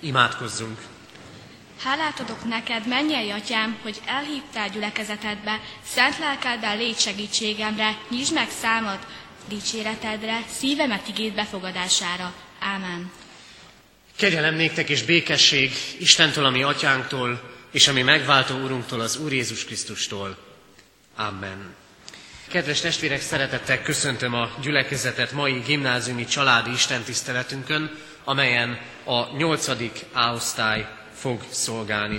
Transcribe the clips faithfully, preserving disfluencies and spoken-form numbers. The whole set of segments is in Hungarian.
Imádkozzunk! Hálát adok neked, mennyei atyám, hogy elhívtál gyülekezetedbe, szent lelkeddel légy segítségemre, nyisd meg számad dicséretedre, szívemet igéd befogadására. Ámen. Kegyelem néktek és békesség Istentől, a mi atyánktól, és a mi megváltó Urunktól, az Úr Jézus Krisztustól. Amen. Kedves testvérek, szeretettel köszöntöm a gyülekezetet mai gimnáziumi családi istentiszteletünkön, amelyen a nyolcadik A-osztály fog szolgálni.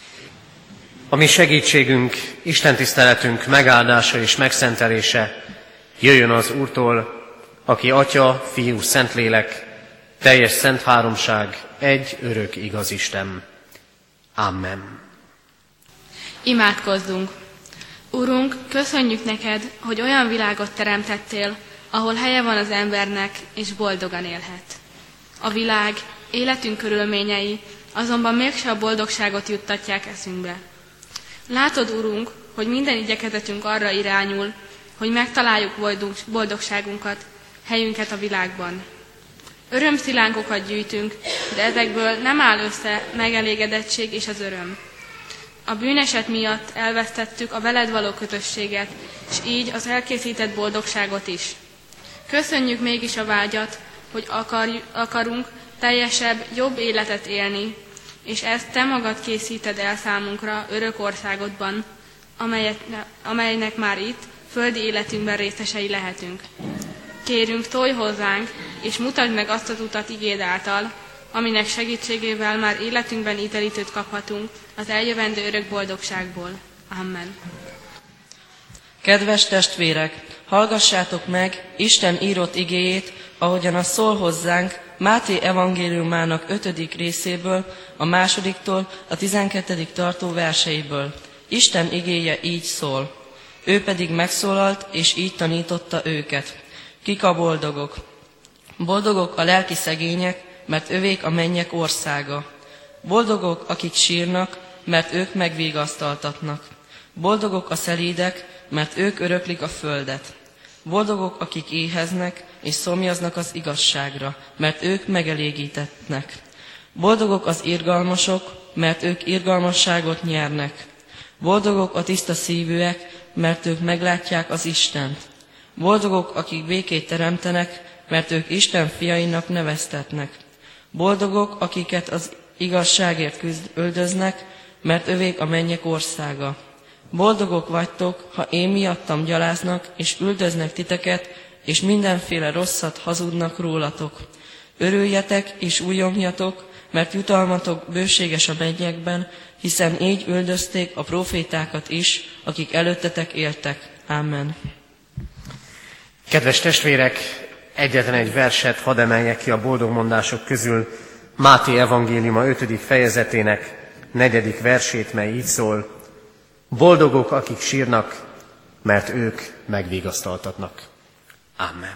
A mi segítségünk, istentiszteletünk megáldása és megszentelése jöjjön az Úrtól, aki Atya, Fiú, Szentlélek, teljes szent háromság, egy örök igaz Isten. Amen. Imádkozzunk! Urunk, köszönjük neked, hogy olyan világot teremtettél, ahol helye van az embernek, és boldogan élhet. A világ, életünk körülményei azonban mégse a boldogságot juttatják eszünkbe. Látod, Urunk, hogy minden igyekezetünk arra irányul, hogy megtaláljuk boldogságunkat, helyünket a világban. Örömszilánkokat gyűjtünk, de ezekből nem áll össze megelégedettség és az öröm. A bűneset miatt elvesztettük a veled való kötösséget, és így az elkészített boldogságot is. Köszönjük mégis a vágyat, hogy akar, akarunk teljesebb, jobb életet élni, és ezt te magad készíted el számunkra örök országodban, amelyet, amelynek már itt, földi életünkben részesei lehetünk. Kérünk, tolj hozzánk, és mutasd meg azt az utat igéd által, aminek segítségével már életünkben ítelítőt kaphatunk az eljövendő örök boldogságból. Amen. Kedves testvérek, hallgassátok meg Isten írott igéjét, ahogyan az szól hozzánk Máté evangéliumának ötödik részéből, a másodiktól a tizenkettedik tartó verseiből. Isten igéje így szól. Ő pedig megszólalt, és így tanította őket. Kik a boldogok? Boldogok a lelki szegények, mert övék a mennyek országa. Boldogok, akik sírnak, mert ők megvigasztaltatnak. Boldogok a szelídek, mert ők öröklik a földet. Boldogok, akik éheznek, és szomjaznak az igazságra, mert ők megelégítettnek. Boldogok az irgalmasok, mert ők irgalmasságot nyernek. Boldogok a tiszta szívűek, mert ők meglátják az Istent. Boldogok, akik békét teremtenek, mert ők Isten fiainak neveztetnek. Boldogok, akiket az igazságért küzd, üldöznek, mert övék a mennyek országa. Boldogok vagytok, ha én miattam gyaláznak, és üldöznek titeket, és mindenféle rosszat hazudnak rólatok. Örüljetek és újjongjatok, mert jutalmatok bőséges a mennyekben, hiszen így üldözték a profétákat is, akik előttetek éltek. Amen. Kedves testvérek, egyetlen egy verset hadd emeljek ki a boldogmondások közül, Máté evangéliuma ötödik fejezetének negyedik versét, mely így szól: boldogok, akik sírnak, mert ők megvigasztaltatnak. Amen.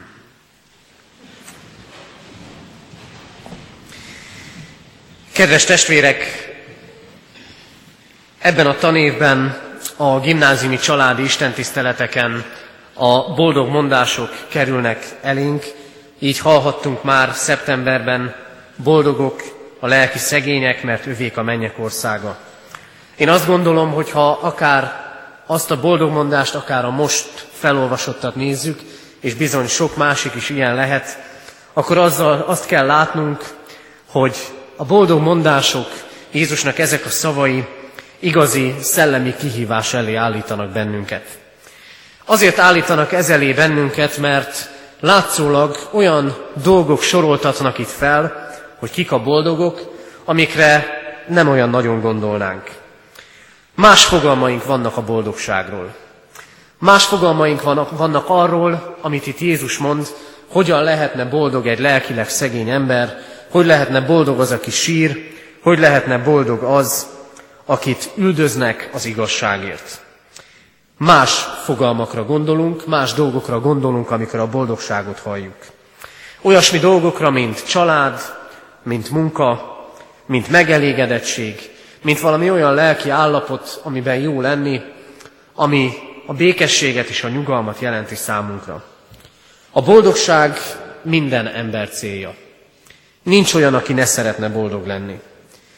Kedves testvérek, ebben a tanévben a gimnáziumi családi istentiszteleteken a boldog mondások kerülnek elénk, így hallhattunk már szeptemberben: boldogok a lelki szegények, mert övék a mennyek országa. Én azt gondolom, hogy ha akár azt a boldogmondást, akár a most felolvasottat nézzük, és bizony sok másik is ilyen lehet, akkor azzal azt kell látnunk, hogy a boldogmondások, Jézusnak ezek a szavai igazi szellemi kihívás elé állítanak bennünket. Azért állítanak ez elé bennünket, mert látszólag olyan dolgok soroltatnak itt fel, hogy kik a boldogok, amikre nem olyan nagyon gondolnánk. Más fogalmaink vannak a boldogságról. Más fogalmaink vannak, vannak arról, amit itt Jézus mond, hogyan lehetne boldog egy lelkileg szegény ember, hogy lehetne boldog az, aki sír, hogy lehetne boldog az, akit üldöznek az igazságért. Más fogalmakra gondolunk, más dolgokra gondolunk, amikor a boldogságot halljuk. Olyasmi dolgokra, mint család, mint munka, mint megelégedettség, mint valami olyan lelki állapot, amiben jó lenni, ami a békességet és a nyugalmat jelenti számunkra. A boldogság minden ember célja. Nincs olyan, aki ne szeretne boldog lenni.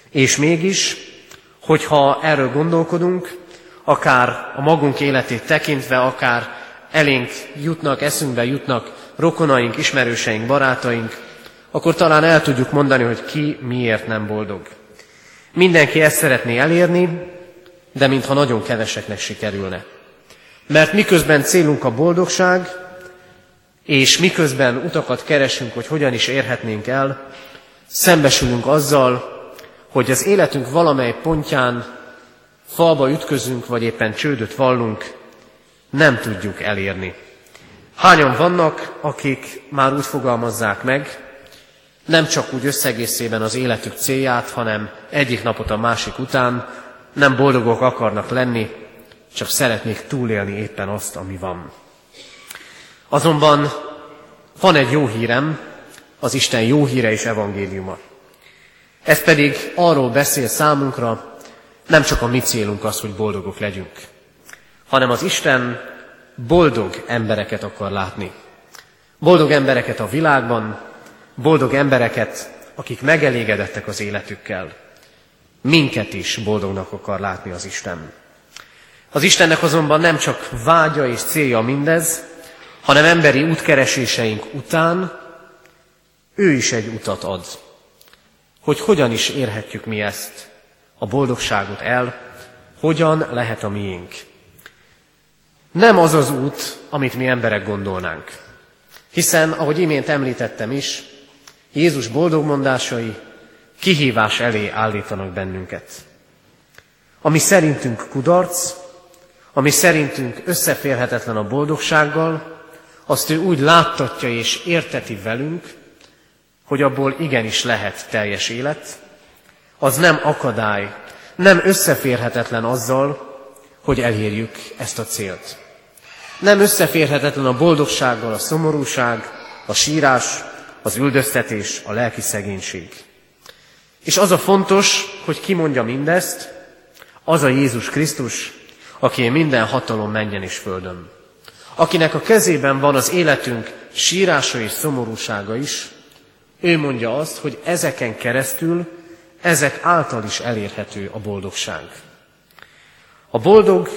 És mégis, hogyha erről gondolkodunk, akár a magunk életét tekintve, akár elénk jutnak, eszünkbe jutnak rokonaink, ismerőseink, barátaink, akkor talán el tudjuk mondani, hogy ki miért nem boldog. Mindenki ezt szeretné elérni, de mintha nagyon keveseknek sikerülne. Mert miközben célunk a boldogság, és miközben utakat keresünk, hogy hogyan is érhetnénk el, szembesülünk azzal, hogy az életünk valamely pontján falba ütközünk, vagy éppen csődöt vallunk, nem tudjuk elérni. Hányan vannak, akik már úgy fogalmazzák meg, nem csak úgy összegészében az életük célját, hanem egyik napot a másik után nem boldogok akarnak lenni, csak szeretnék túlélni éppen azt, ami van. Azonban van egy jó hírem, az Isten jó híre és evangéliuma. Ez pedig arról beszél számunkra, nem csak a mi célunk az, hogy boldogok legyünk, hanem az Isten boldog embereket akar látni. Boldog embereket a világban, boldog embereket, akik megelégedettek az életükkel. Minket is boldognak akar látni az Isten. Az Istennek azonban nem csak vágya és célja mindez, hanem emberi útkereséseink után ő is egy utat ad, hogy hogyan is érhetjük mi ezt, a boldogságot el, hogyan lehet a miénk. Nem az az út, amit mi emberek gondolnánk. Hiszen, ahogy imént említettem is, Jézus boldogmondásai kihívás elé állítanak bennünket. Ami szerintünk kudarc, ami szerintünk összeférhetetlen a boldogsággal, azt ő úgy láttatja és érteti velünk, hogy abból igenis lehet teljes élet, az nem akadály, nem összeférhetetlen azzal, hogy elérjük ezt a célt. Nem összeférhetetlen a boldogsággal a szomorúság, a sírás, az üldöztetés, a lelki szegénység. És az a fontos, hogy ki mondja mindezt, az a Jézus Krisztus, aki minden hatalom mennyen és földön. Akinek a kezében van az életünk sírása és szomorúsága is, ő mondja azt, hogy ezeken keresztül, ezek által is elérhető a boldogság. A boldog,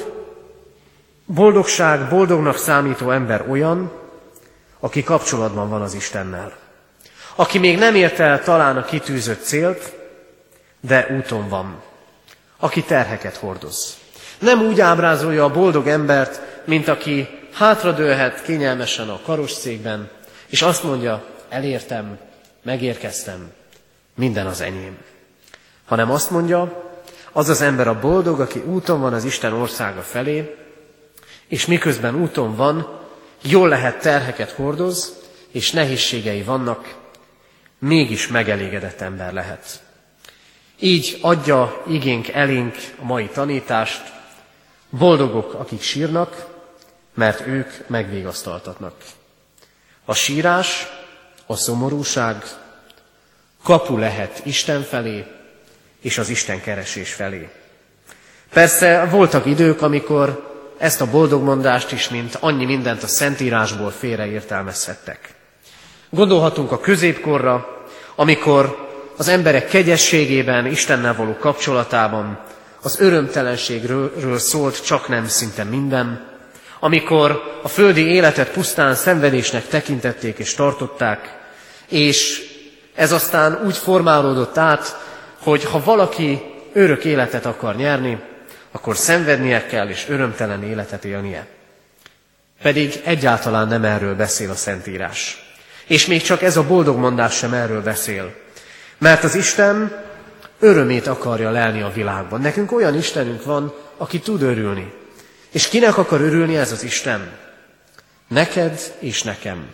boldogság, boldognak számító ember olyan, aki kapcsolatban van az Istennel. Aki még nem ért el talán a kitűzött célt, de úton van. Aki terheket hordoz. Nem úgy ábrázolja a boldog embert, mint aki hátradőlhet kényelmesen a karosszékben, és azt mondja, elértem, megérkeztem, minden az enyém. Hanem azt mondja, az az ember a boldog, aki úton van az Isten országa felé, és miközben úton van, jól lehet terheket hordoz, és nehézségei vannak, mégis megelégedett ember lehet. Így adja igénk elénk a mai tanítást, boldogok, akik sírnak, mert ők megvigasztaltatnak. A sírás, a szomorúság kapu lehet Isten felé, és az Isten keresés felé. Persze voltak idők, amikor ezt a boldogmondást is, mint annyi mindent a Szentírásból félreértelmezhettek. Gondolhatunk a középkorra, amikor az emberek kegyességében, Istennel való kapcsolatában az örömtelenségről szólt csaknem szinte minden, amikor a földi életet pusztán szenvedésnek tekintették és tartották, és ez aztán úgy formálódott át, hogy ha valaki örök életet akar nyerni, akkor szenvednie kell és örömtelen életet élnie. Pedig egyáltalán nem erről beszél a Szentírás. És még csak ez a boldogmondás sem erről beszél. Mert az Isten örömét akarja lelni a világban. Nekünk olyan Istenünk van, aki tud örülni. És kinek akar örülni ez az Isten? Neked és nekem.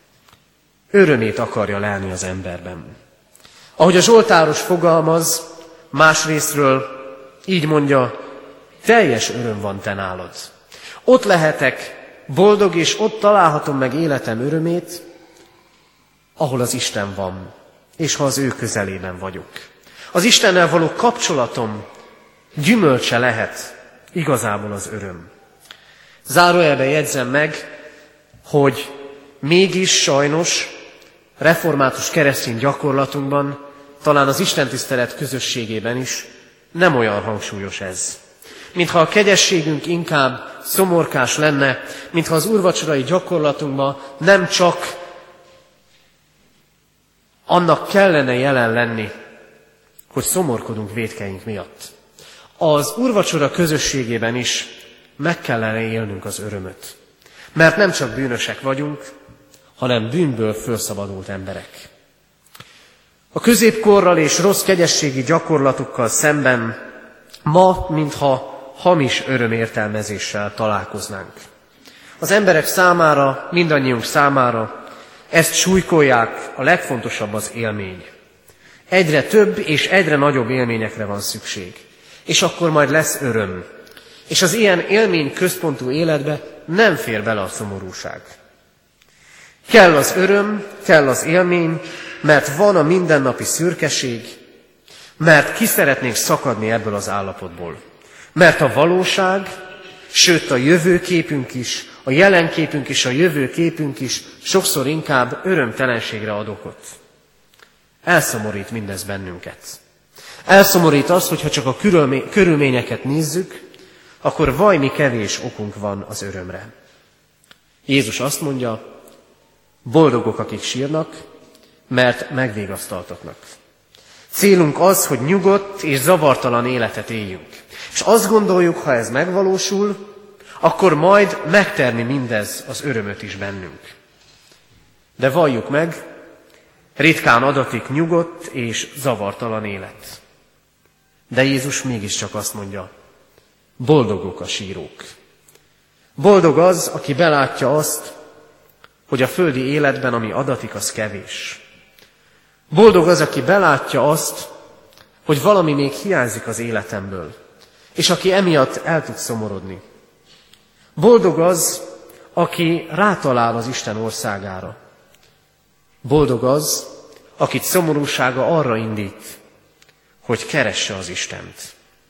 Örömét akarja lelni az emberben. Ahogy a Zsoltáros fogalmaz, másrésztről így mondja, teljes öröm van te nálad. Ott lehetek boldog, és ott találhatom meg életem örömét, ahol az Isten van, és ha az ő közelében vagyok. Az Istennel való kapcsolatom gyümölcse lehet igazából az öröm. Zárójelben jegyzem meg, hogy mégis sajnos református keresztény gyakorlatunkban talán az istentisztelet közösségében is nem olyan hangsúlyos ez. Mintha a kegyességünk inkább szomorkás lenne, mintha az úrvacsorai gyakorlatunkban nem csak annak kellene jelen lenni, hogy szomorkodunk vétkeink miatt. Az úrvacsora közösségében is meg kellene élnünk az örömöt. Mert nem csak bűnösek vagyunk, hanem bűnből felszabadult emberek. A középkorral és rossz kegyességi gyakorlatukkal szemben ma, mintha hamis örömértelmezéssel találkoznánk. Az emberek számára, mindannyiunk számára ezt súlykolják, a legfontosabb az élmény. Egyre több és egyre nagyobb élményekre van szükség. És akkor majd lesz öröm. És az ilyen élmény központú életbe nem fér bele a szomorúság. Kell az öröm, kell az élmény, mert van a mindennapi szürkeség, mert ki szeretnénk szakadni ebből az állapotból. Mert a valóság, sőt a jövőképünk is, a jelenképünk is, a jövőképünk is sokszor inkább örömtelenségre ad okot. Elszomorít mindez bennünket. Elszomorít az, hogyha csak a körülményeket nézzük, akkor vajmi kevés okunk van az örömre. Jézus azt mondja, boldogok, akik sírnak, mert megvégasztaltatnak. Célunk az, hogy nyugodt és zavartalan életet éljünk. És azt gondoljuk, ha ez megvalósul, akkor majd megtermi mindez az örömöt is bennünk. De valljuk meg, ritkán adatik nyugodt és zavartalan élet. De Jézus mégiscsak azt mondja, boldogok a sírók. Boldog az, aki belátja azt, hogy a földi életben, ami adatik, az kevés. Boldog az, aki belátja azt, hogy valami még hiányzik az életemből, és aki emiatt el tud szomorodni. Boldog az, aki rátalál az Isten országára. Boldog az, akit szomorúsága arra indít, hogy keresse az Istent.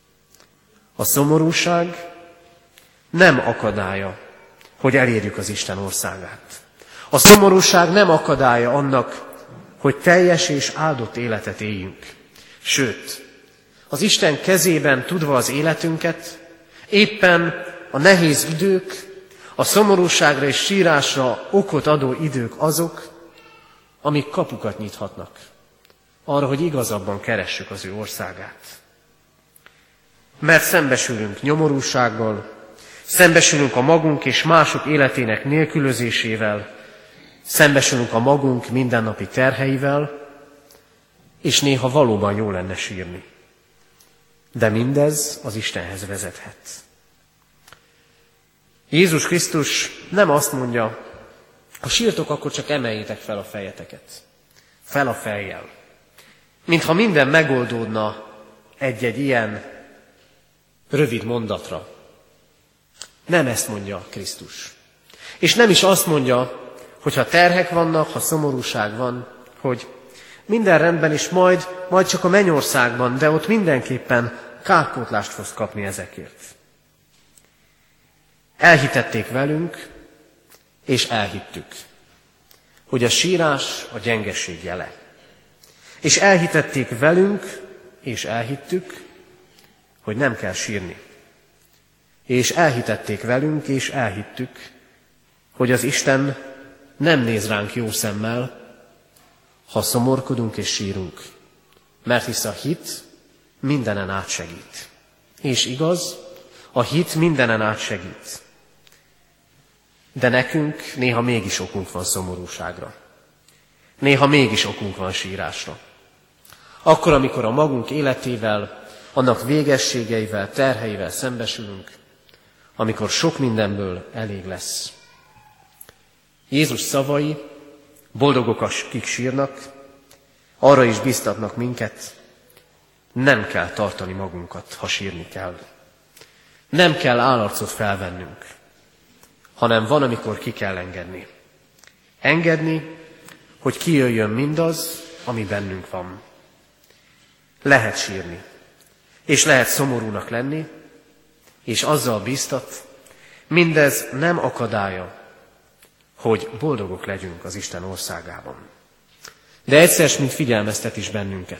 A szomorúság nem akadálya, hogy elérjük az Isten országát. A szomorúság nem akadálya annak, hogy teljes és áldott életet éljünk. Sőt, az Isten kezében tudva az életünket, éppen a nehéz idők, a szomorúságra és sírásra okot adó idők azok, amik kapukat nyithatnak arra, hogy igazabban keressük az ő országát. Mert szembesülünk nyomorúsággal, szembesülünk a magunk és mások életének nélkülözésével, szembesülünk a magunk mindennapi terheivel, és néha valóban jó lenne sírni. De mindez az Istenhez vezethet. Jézus Krisztus nem azt mondja, ha sírtok, akkor csak emeljétek fel a fejeteket. Fel a fejjel. Mintha minden megoldódna egy-egy ilyen rövid mondatra. Nem ezt mondja Krisztus. És nem is azt mondja, hogy ha terhek vannak, ha szomorúság van, hogy minden rendben is majd, majd csak a mennyországban, de ott mindenképpen kárpótlást fogsz kapni ezekért. Elhitették velünk, és elhittük, hogy a sírás a gyengeség jele. És elhitették velünk, és elhittük, hogy nem kell sírni. És elhitették velünk, és elhittük, hogy az Isten nem néz ránk jó szemmel, ha szomorkodunk és sírunk, mert hisz a hit mindenen átsegít. És igaz, a hit mindenen átsegít. De nekünk néha mégis okunk van szomorúságra. Néha mégis okunk van sírásra. Akkor, amikor a magunk életével, annak végességeivel, terheivel szembesülünk, amikor sok mindenből elég lesz. Jézus szavai, boldogok, akik sírnak, arra is biztatnak minket, nem kell tartani magunkat, ha sírni kell. Nem kell állarcot felvennünk, hanem van, amikor ki kell engedni. Engedni, hogy kijöjjön mindaz, ami bennünk van. Lehet sírni, és lehet szomorúnak lenni, és azzal bíztat, mindez nem akadálya, hogy boldogok legyünk az Isten országában. De egyszer mint figyelmeztet is bennünket.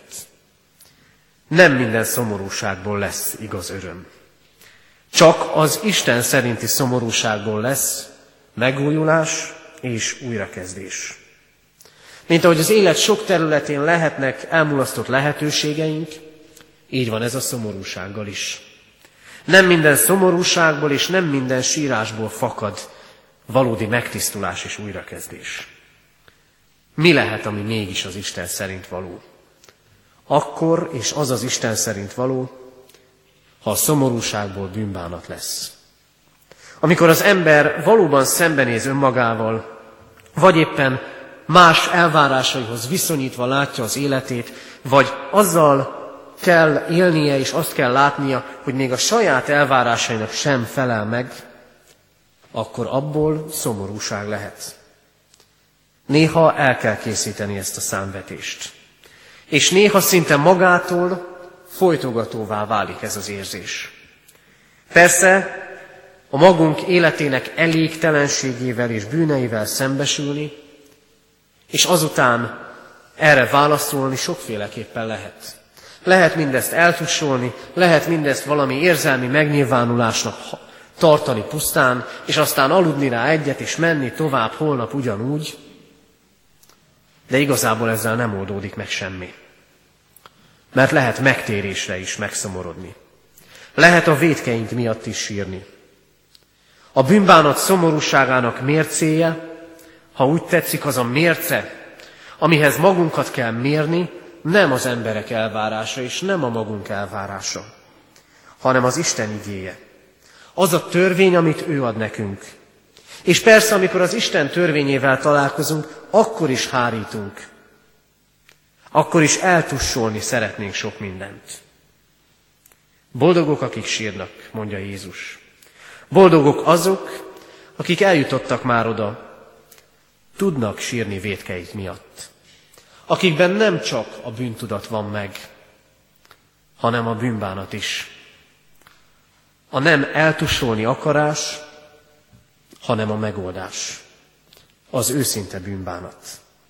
Nem minden szomorúságból lesz igaz öröm. Csak az Isten szerinti szomorúságból lesz megújulás és újrakezdés. Mint ahogy az élet sok területén lehetnek elmulasztott lehetőségeink, így van ez a szomorúsággal is. Nem minden szomorúságból és nem minden sírásból fakad valódi megtisztulás és újrakezdés. Mi lehet, ami mégis az Isten szerint való? Akkor és az az Isten szerint való, ha a szomorúságból bűnbánat lesz. Amikor az ember valóban szembenéz önmagával, vagy éppen más elvárásaihoz viszonyítva látja az életét, vagy azzal kell élnie, és azt kell látnia, hogy még a saját elvárásainak sem felel meg, akkor abból szomorúság lehet. Néha el kell készíteni ezt a számvetést. És néha szinte magától folytogatóvá válik ez az érzés. Persze, a magunk életének elégtelenségével és bűneivel szembesülni, és azután erre válaszolni sokféleképpen lehet. Lehet mindezt eltussolni, lehet mindezt valami érzelmi megnyilvánulásnak tartani pusztán, és aztán aludni rá egyet, és menni tovább holnap ugyanúgy, de igazából ezzel nem oldódik meg semmi. Mert lehet megtérésre is megszomorodni. Lehet a vétkeink miatt is sírni. A bűnbánat szomorúságának mércéje, ha úgy tetszik, az a mérce, amihez magunkat kell mérni, nem az emberek elvárása és nem a magunk elvárása, hanem az Isten igéje. Az a törvény, amit ő ad nekünk. És persze, amikor az Isten törvényével találkozunk, akkor is hárítunk. Akkor is eltussolni szeretnénk sok mindent. Boldogok, akik sírnak, mondja Jézus. Boldogok azok, akik eljutottak már oda, tudnak sírni vétkeik miatt. Akikben nem csak a bűntudat van meg, hanem a bűnbánat is. A nem eltussolni akarás, hanem a megoldás. Az őszinte bűnbánat.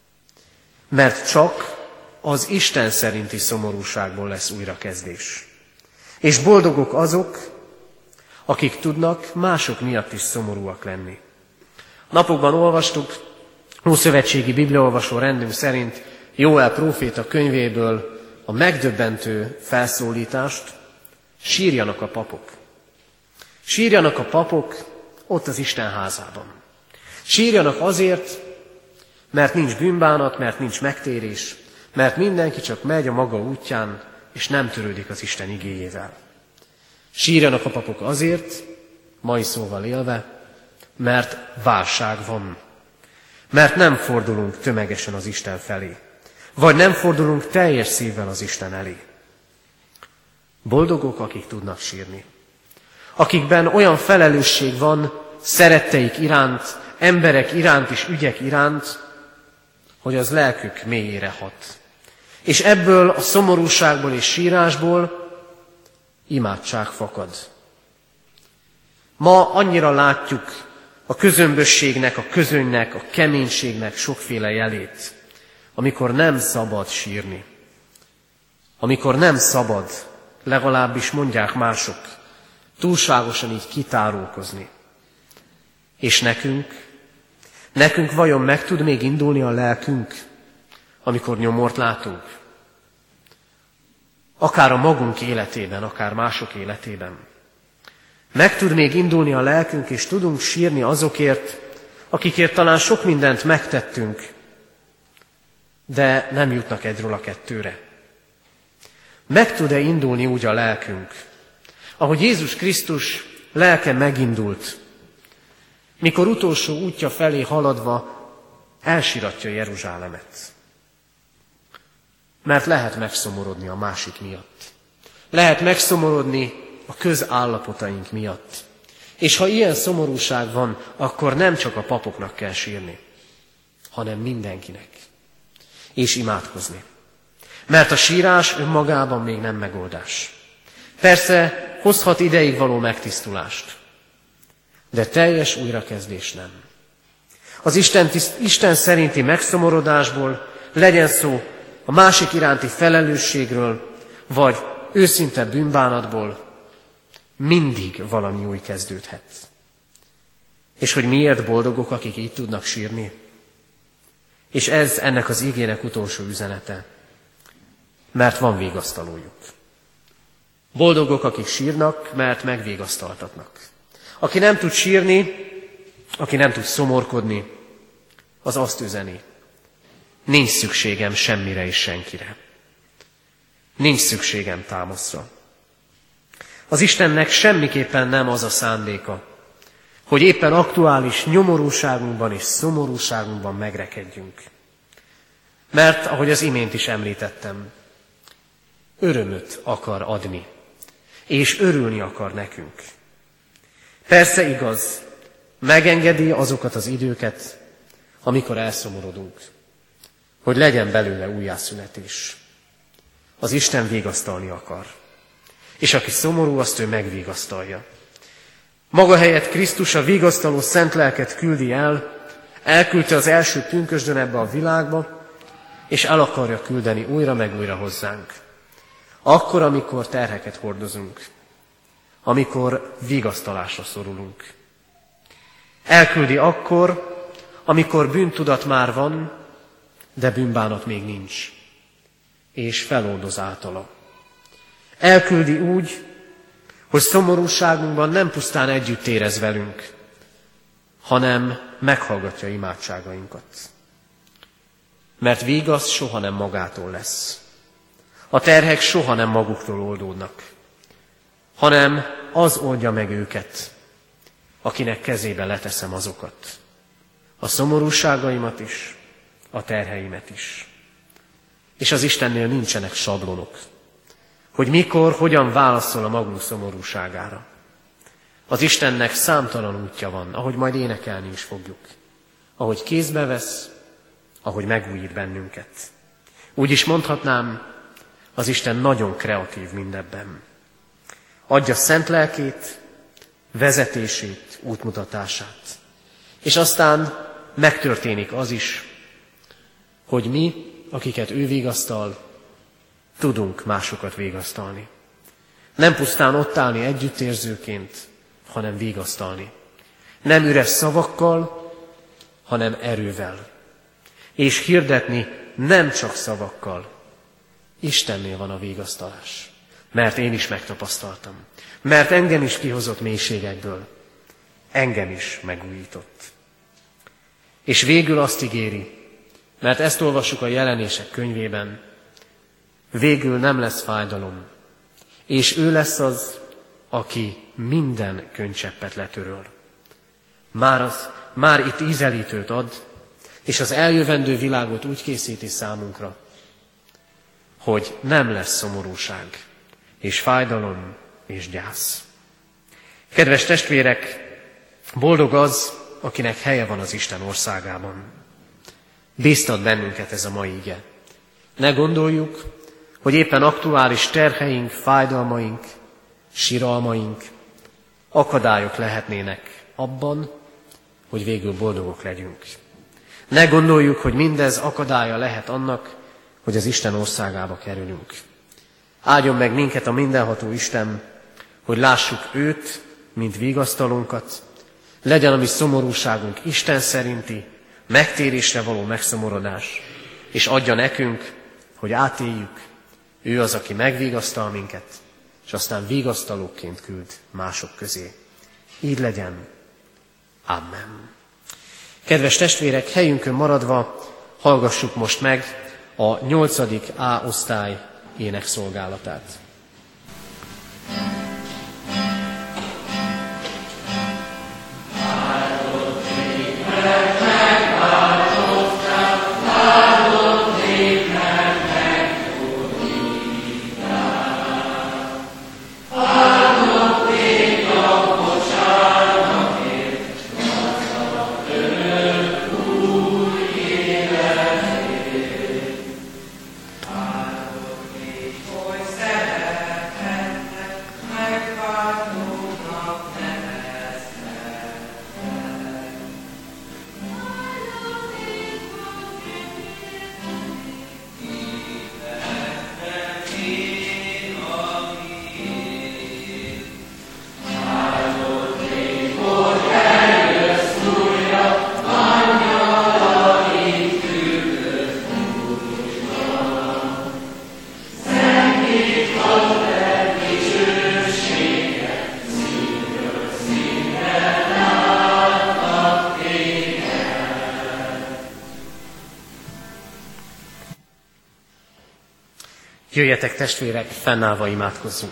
Mert csak az Isten szerinti szomorúságból lesz újrakezdés. És boldogok azok, akik tudnak mások miatt is szomorúak lenni. Napokban olvastuk, Ószövetségi Bibliaolvasó rendünk szerint Jóel próféta könyvéből a megdöbbentő felszólítást, sírjanak a papok. Sírjanak a papok ott az Isten házában. Sírjanak azért, mert nincs bűnbánat, mert nincs megtérés, mert mindenki csak megy a maga útján, és nem törődik az Isten igéjével. Sírjanak a papok azért, mai szóval élve, mert válság van. Mert nem fordulunk tömegesen az Isten felé. Vagy nem fordulunk teljes szívvel az Isten elé. Boldogok, akik tudnak sírni. Akikben olyan felelősség van szeretteik iránt, emberek iránt és ügyek iránt, hogy az lelkük mélyére hat. És ebből a szomorúságból és sírásból imádság fakad. Ma annyira látjuk a közömbösségnek, a közönynek, a keménységnek sokféle jelét, amikor nem szabad sírni. Amikor nem szabad, legalábbis mondják mások, túlságosan így kitárulkozni. És nekünk, nekünk vajon meg tud még indulni a lelkünk, amikor nyomort látunk? Akár a magunk életében, akár mások életében. Meg tud még indulni a lelkünk, és tudunk sírni azokért, akikért talán sok mindent megtettünk, de nem jutnak egyről a kettőre. Meg tud-e indulni úgy a lelkünk, ahogy Jézus Krisztus lelke megindult, mikor utolsó útja felé haladva elsiratja Jeruzsálemet. Mert lehet megszomorodni a másik miatt. Lehet megszomorodni a közállapotaink miatt. És ha ilyen szomorúság van, akkor nem csak a papoknak kell sírni, hanem mindenkinek. És imádkozni. Mert a sírás önmagában még nem megoldás. Persze hozhat ideig való megtisztulást, de teljes újrakezdés nem. Az Isten, tiszt, Isten szerinti megszomorodásból legyen szó a másik iránti felelősségről, vagy őszinte bűnbánatból, mindig valami új kezdődhet. És hogy miért boldogok, akik így tudnak sírni? És ez ennek az igének utolsó üzenete. Mert van vigasztalójuk. Boldogok, akik sírnak, mert megvigasztaltatnak. Aki nem tud sírni, aki nem tud szomorkodni, az azt üzeni. Nincs szükségem semmire és senkire. Nincs szükségem támaszra. Az Istennek semmiképpen nem az a szándéka, hogy éppen aktuális nyomorúságunkban és szomorúságunkban megrekedjünk. Mert, ahogy az imént is említettem, örömöt akar adni, és örülni akar nekünk. Persze igaz, megengedi azokat az időket, amikor elszomorodunk, hogy legyen belőle újjászületés. Az Isten vigasztalni akar, és aki szomorú, azt ő megvigasztalja. Maga helyett Krisztus a vigasztaló szent lelket küldi el, elküldte az első pünkösdön ebbe a világba, és el akarja küldeni újra meg újra hozzánk. Akkor, amikor terheket hordozunk, amikor vigasztalásra szorulunk. Elküldi akkor, amikor bűntudat már van, de bűnbánat még nincs, és feloldoz általa. Elküldi úgy, hogy szomorúságunkban nem pusztán együtt érez velünk, hanem meghallgatja imádságainkat. Mert vigasz soha nem magától lesz. A terhek soha nem maguktól oldódnak, hanem az oldja meg őket, akinek kezébe leteszem azokat. A szomorúságaimat is, a terheimet is. És az Istennél nincsenek sablonok, hogy mikor, hogyan válaszol a magunk szomorúságára. Az Istennek számtalan útja van, ahogy majd énekelni is fogjuk. Ahogy kézbe vesz, ahogy megújít bennünket. Úgy is mondhatnám, az Isten nagyon kreatív mindebben. Adja szent lelkét, vezetését, útmutatását. És aztán megtörténik az is, hogy mi, akiket ő vigasztal, tudunk másokat vigasztalni. Nem pusztán ott állni együttérzőként, hanem vigasztalni. Nem üres szavakkal, hanem erővel. És hirdetni nem csak szavakkal. Istennél van a vigasztalás. Mert én is megtapasztaltam. Mert engem is kihozott mélységekből. Engem is megújított. És végül azt ígéri, mert ezt olvassuk a Jelenések könyvében, végül nem lesz fájdalom, és ő lesz az, aki minden könycseppet letöröl. Már, az, már itt ízelítőt ad, és az eljövendő világot úgy készíti számunkra, hogy nem lesz szomorúság, és fájdalom, és gyász. Kedves testvérek, boldog az, akinek helye van az Isten országában. Bíztat bennünket ez a mai ige. Ne gondoljuk, hogy éppen aktuális terheink, fájdalmaink, siralmaink, akadályok lehetnének abban, hogy végül boldogok legyünk. Ne gondoljuk, hogy mindez akadálya lehet annak, hogy az Isten országába kerülünk. Áldjon meg minket a mindenható Isten, hogy lássuk őt, mint vigasztalónkat, legyen a mi szomorúságunk Isten szerinti, megtérésre való megszomorodás, és adja nekünk, hogy átéljük, ő az, aki megvigasztal minket, és aztán vigasztalóként küld mások közé. Így legyen. Amen. Kedves testvérek, helyünkön maradva hallgassuk most meg a nyolcadik A osztály énekszolgálatát. Seven. Jöjjetek testvérek, fennállva imádkozzunk.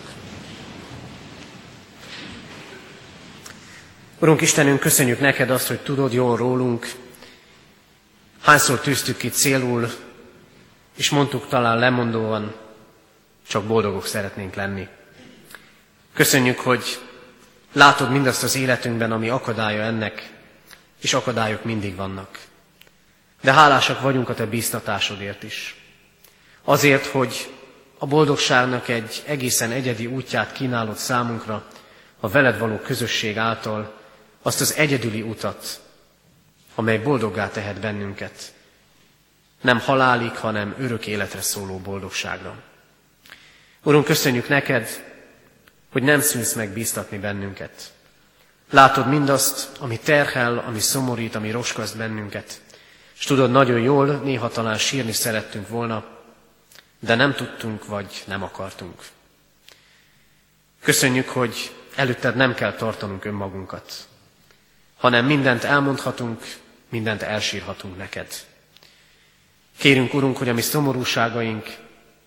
Urunk Istenünk, köszönjük neked azt, hogy tudod jól rólunk. Hányszor tűztük ki célul, és mondtuk talán lemondóan, csak boldogok szeretnénk lenni. Köszönjük, hogy látod mindazt az életünkben, ami akadálya ennek, és akadályok mindig vannak. De hálásak vagyunk a te bíztatásodért is. Azért, hogy a boldogságnak egy egészen egyedi útját kínálod számunkra, a veled való közösség által, azt az egyedüli utat, amely boldoggá tehet bennünket. Nem halálig, hanem örök életre szóló boldogságra. Urunk, köszönjük neked, hogy nem szűnsz meg bíztatni bennünket. Látod mindazt, ami terhel, ami szomorít, ami roskaszt bennünket. És tudod nagyon jól, néha talán sírni szerettünk volna, de nem tudtunk, vagy nem akartunk. Köszönjük, hogy előtted nem kell tartanunk önmagunkat, hanem mindent elmondhatunk, mindent elsírhatunk neked. Kérünk, Urunk, hogy a mi szomorúságaink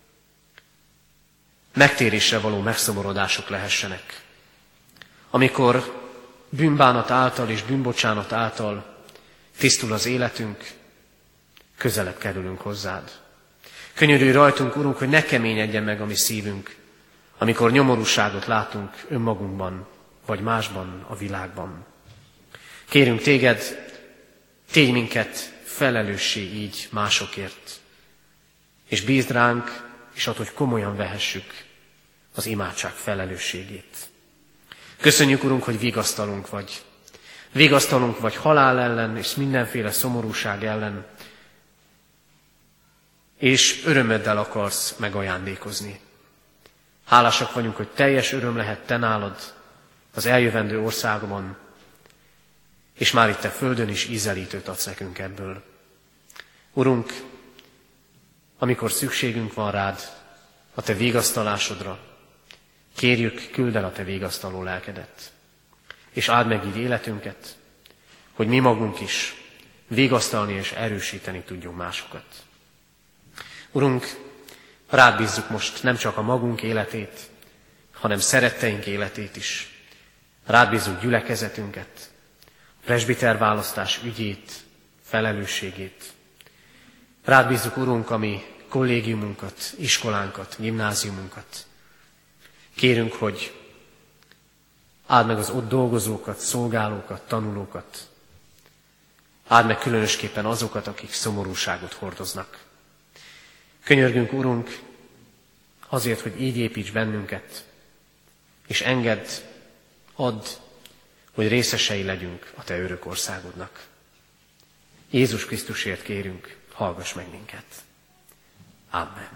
megtérésre való megszomorodások lehessenek. Amikor bűnbánat által és bűnbocsánat által tisztul az életünk, közelebb kerülünk hozzád. Könyörülj rajtunk, Urunk, hogy ne keményedjen meg a mi szívünk, amikor nyomorúságot látunk önmagunkban, vagy másban a világban. Kérünk téged, tégy minket felelőssé így másokért, és bízd ránk, és add, hogy komolyan vehessük az imádság felelősségét. Köszönjük, Urunk, hogy vigasztalunk vagy. Vigasztalunk vagy halál ellen, és mindenféle szomorúság ellen, és örömöddel akarsz megajándékozni. Hálásak vagyunk, hogy teljes öröm lehet te nálad az eljövendő országban, és már itt a földön is ízelítőt adsz nekünk ebből. Urunk, amikor szükségünk van rád, a te vigasztalásodra, kérjük, küldd el a te vigasztaló lelkedet, és áld meg így életünket, hogy mi magunk is vigasztalni és erősíteni tudjunk másokat. Urunk, rád bízzuk most nem csak a magunk életét, hanem szeretteink életét is. Rád bízzuk gyülekezetünket, a presbiter választás ügyét, felelősségét. Rád bízzuk, Urunk, a mi kollégiumunkat, iskolánkat, gimnáziumunkat. Kérünk, hogy áld meg az ott dolgozókat, szolgálókat, tanulókat. Áld meg különösképpen azokat, akik szomorúságot hordoznak. Könyörgünk, Urunk, azért, hogy így építs bennünket, és engedd, add, hogy részesei legyünk a te örök országodnak. Jézus Krisztusért kérünk, hallgass meg minket. Amen.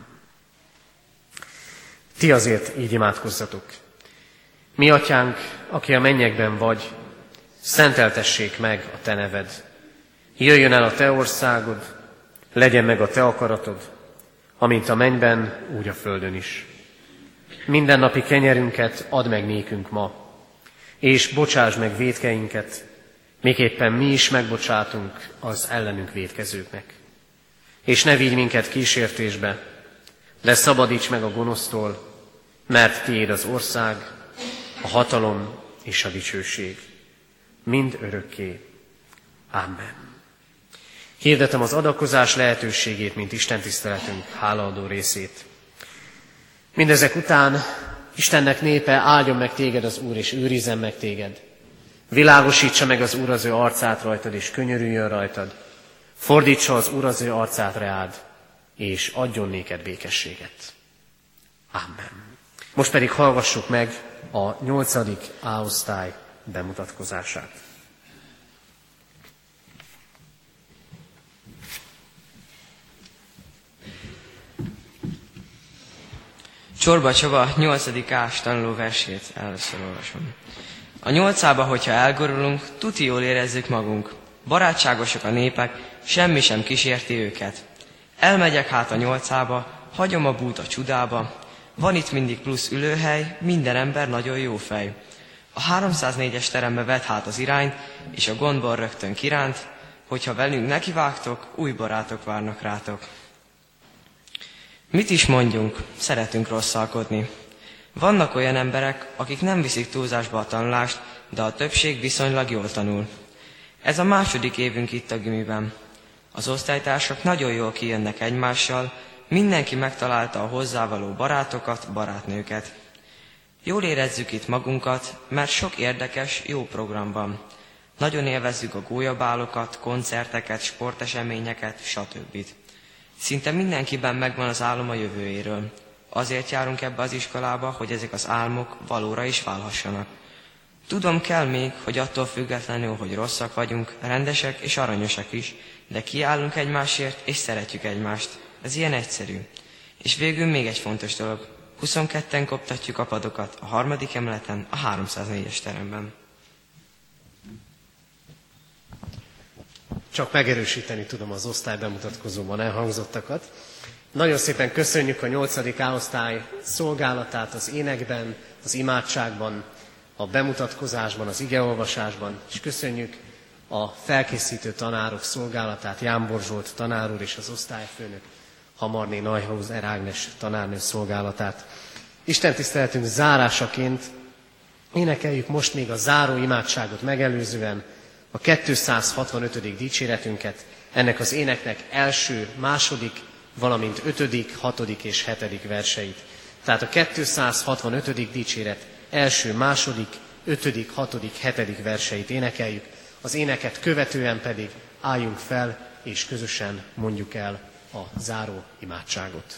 Ti azért így imádkozzatok. Mi atyánk, aki a mennyekben vagy, szenteltessék meg a te neved. Jöjjön el a te országod, legyen meg a te akaratod, amint a mennyben, úgy a földön is. Mindennapi kenyerünket add meg nékünk ma, és bocsáss meg vétkeinket, miképpen mi is megbocsátunk az ellenünk vétkezőknek. És ne vigy minket kísértésbe, de szabadíts meg a gonosztól, mert tiéd az ország, a hatalom és a dicsőség, mind örökké. Amen. Hirdetem az adakozás lehetőségét, mint istentiszteletünk hálaadó részét. Mindezek után Istennek népe, áldjon meg téged az Úr, és őrizzen meg téged. Világosítsa meg az Úr az ő arcát rajtad, és könyörüljön rajtad. Fordítsa az Úr az ő arcát reád, és adjon néked békességet. Amen. Most pedig hallgassuk meg a nyolcadik A-osztály bemutatkozását. Csorba Csaba nyolcadik A-s tanulóversét először olvasom. A nyolcába, hogyha elgorulunk, tuti jól érezzük magunk. Barátságosak a népek, semmi sem kísérti őket. Elmegyek hát a nyolcába, hagyom a bút a csudába. Van itt mindig plusz ülőhely, minden ember nagyon jó fej. A háromszáznégyes terembe vett hát az irányt, és a gondból rögtön kiránt, hogyha velünk nekivágtok, új barátok várnak rátok. Mit is mondjunk, szeretünk rosszalkodni. Vannak olyan emberek, akik nem viszik túlzásba a tanulást, de a többség viszonylag jól tanul. Ez a második évünk itt a gimiben. Az osztálytársak nagyon jól kijönnek egymással, mindenki megtalálta a hozzávaló barátokat, barátnőket. Jól érezzük itt magunkat, mert sok érdekes, jó program van. Nagyon élvezzük a gólyabálokat, koncerteket, sporteseményeket, stb. Szinte mindenkiben megvan az álom a jövőjéről. Azért járunk ebbe az iskolába, hogy ezek az álmok valóra is válhassanak. Tudom, kell még, hogy attól függetlenül, hogy rosszak vagyunk, rendesek és aranyosak is, de kiállunk egymásért és szeretjük egymást. Ez ilyen egyszerű. És végül még egy fontos dolog. huszonketten koptatjuk a padokat a harmadik emeleten, a háromszáznégyes teremben. Csak megerősíteni tudom az osztály bemutatkozóban elhangzottakat. Nagyon szépen köszönjük a nyolcadik A-osztály szolgálatát az énekben, az imádságban, a bemutatkozásban, az igeolvasásban, és köszönjük a felkészítő tanárok szolgálatát, Jámbor Zsolt tanár úr és az osztályfőnök, Hamarné Neuhauser Ágnes tanárnő szolgálatát. Isten tiszteletünk zárásaként énekeljük most még a záró imádságot megelőzően a kétszázhatvanötödik dicséretünket, ennek az éneknek első, második, valamint ötödik, hatodik és hetedik verseit. Tehát a kétszázhatvanötödik dicséret első, második, ötödik, hatodik, hetedik verseit énekeljük, az éneket követően pedig álljunk fel és közösen mondjuk el a záró imádságot.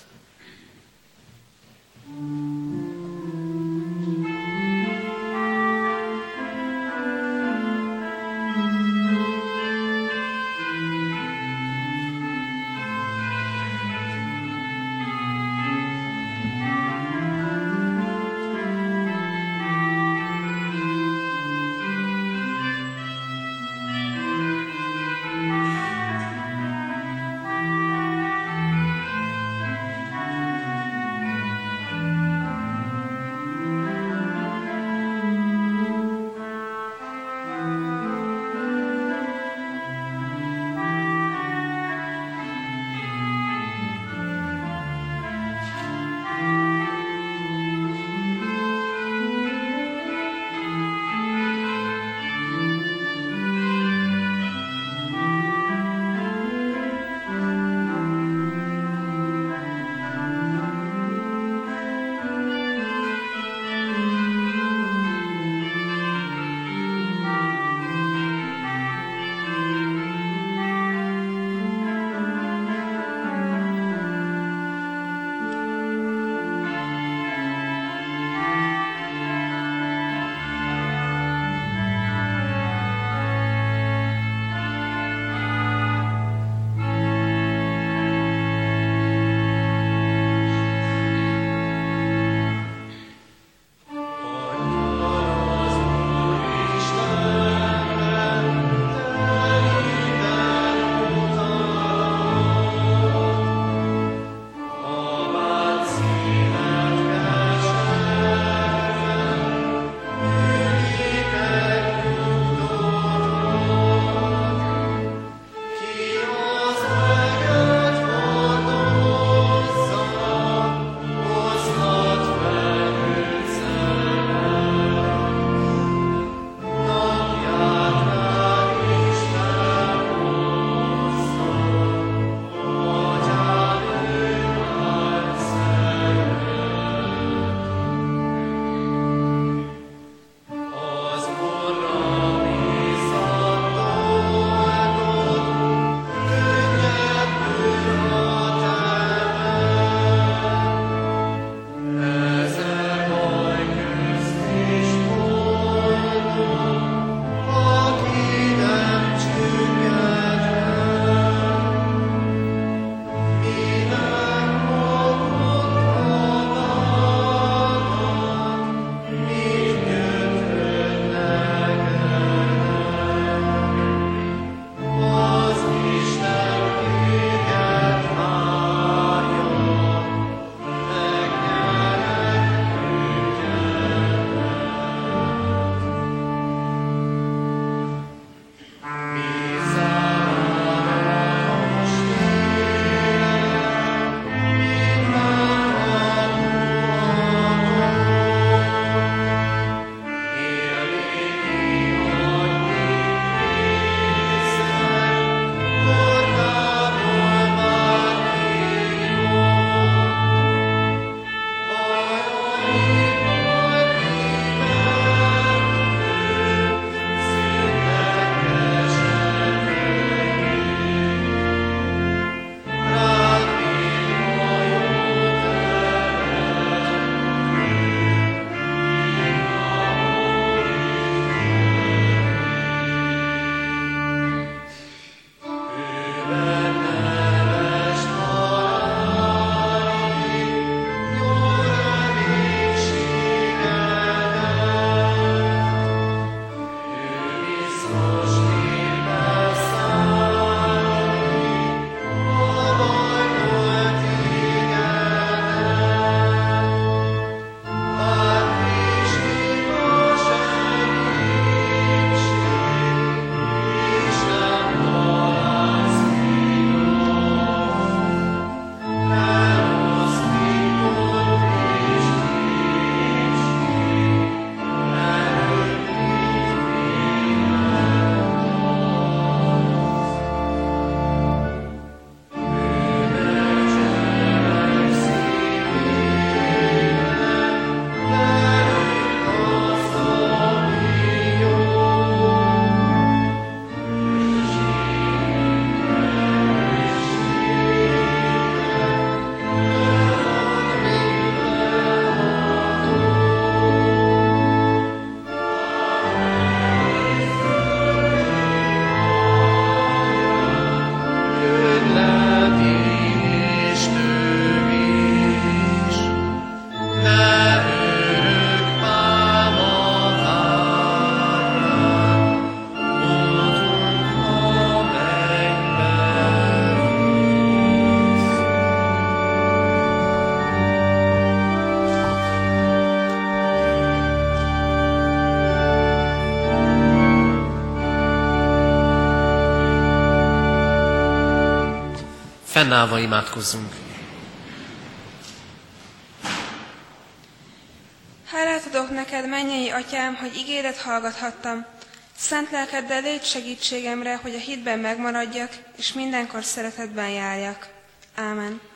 fennállva imádkozzunk. Hálát adok neked, mennyei atyám, hogy igédet hallgathattam. Szent lelkeddel légy segítségemre, hogy a hitben megmaradjak, és mindenkor szeretetben járjak. Ámen.